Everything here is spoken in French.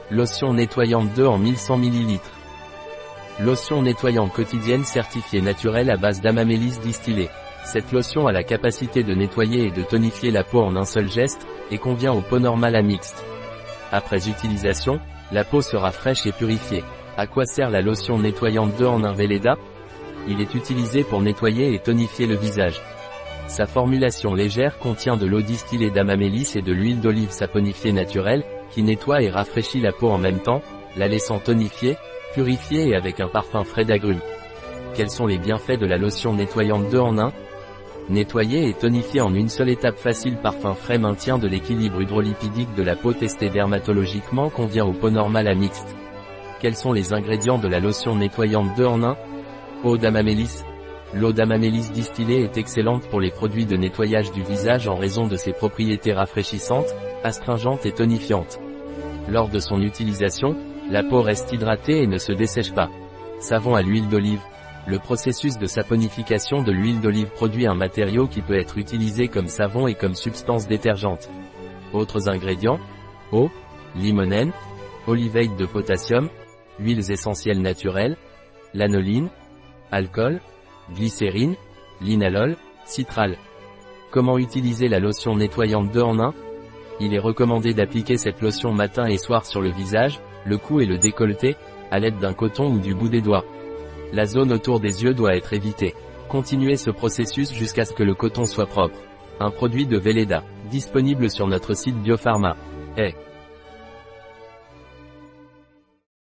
Lotion nettoyante 2 en 1100 ml. Lotion nettoyante quotidienne certifiée naturelle à base d'amamélis distillé. Cette lotion a la capacité de nettoyer et de tonifier la peau en un seul geste, et convient aux peaux normales à mixtes. Après utilisation, la peau sera fraîche et purifiée. À quoi sert la lotion nettoyante 2 en 1 Velleda? Il est utilisé pour nettoyer et tonifier le visage. Sa formulation légère contient de l'eau distillée d'amamélis et de l'huile d'olive saponifiée naturelle, qui nettoie et rafraîchit la peau en même temps, la laissant tonifiée, purifiée et avec un parfum frais d'agrumes. Quels sont les bienfaits de la lotion nettoyante 2 en 1? Nettoyer et tonifier en une seule étape facile. Parfum frais, maintien de l'équilibre hydrolipidique de la peau, testé dermatologiquement, convient aux peaux normales à mixtes. Quels sont les ingrédients de la lotion nettoyante 2 en 1? Eau d'amamélis. L'eau d'amamélis distillée est excellente pour les produits de nettoyage du visage en raison de ses propriétés rafraîchissantes, astringentes et tonifiantes. Lors de son utilisation, la peau reste hydratée et ne se dessèche pas. Savon à l'huile d'olive. Le processus de saponification de l'huile d'olive produit un matériau qui peut être utilisé comme savon et comme substance détergente. Autres ingrédients: eau, limonène, olivate de potassium, huiles essentielles naturelles, lanoline, alcool, glycérine, linalol, citral. Comment utiliser la lotion nettoyante 2 en 1? Il est recommandé d'appliquer cette lotion matin et soir sur le visage, le cou et le décolleté, à l'aide d'un coton ou du bout des doigts. La zone autour des yeux doit être évitée. Continuez ce processus jusqu'à ce que le coton soit propre. Un produit de Velleda, disponible sur notre site Biopharma.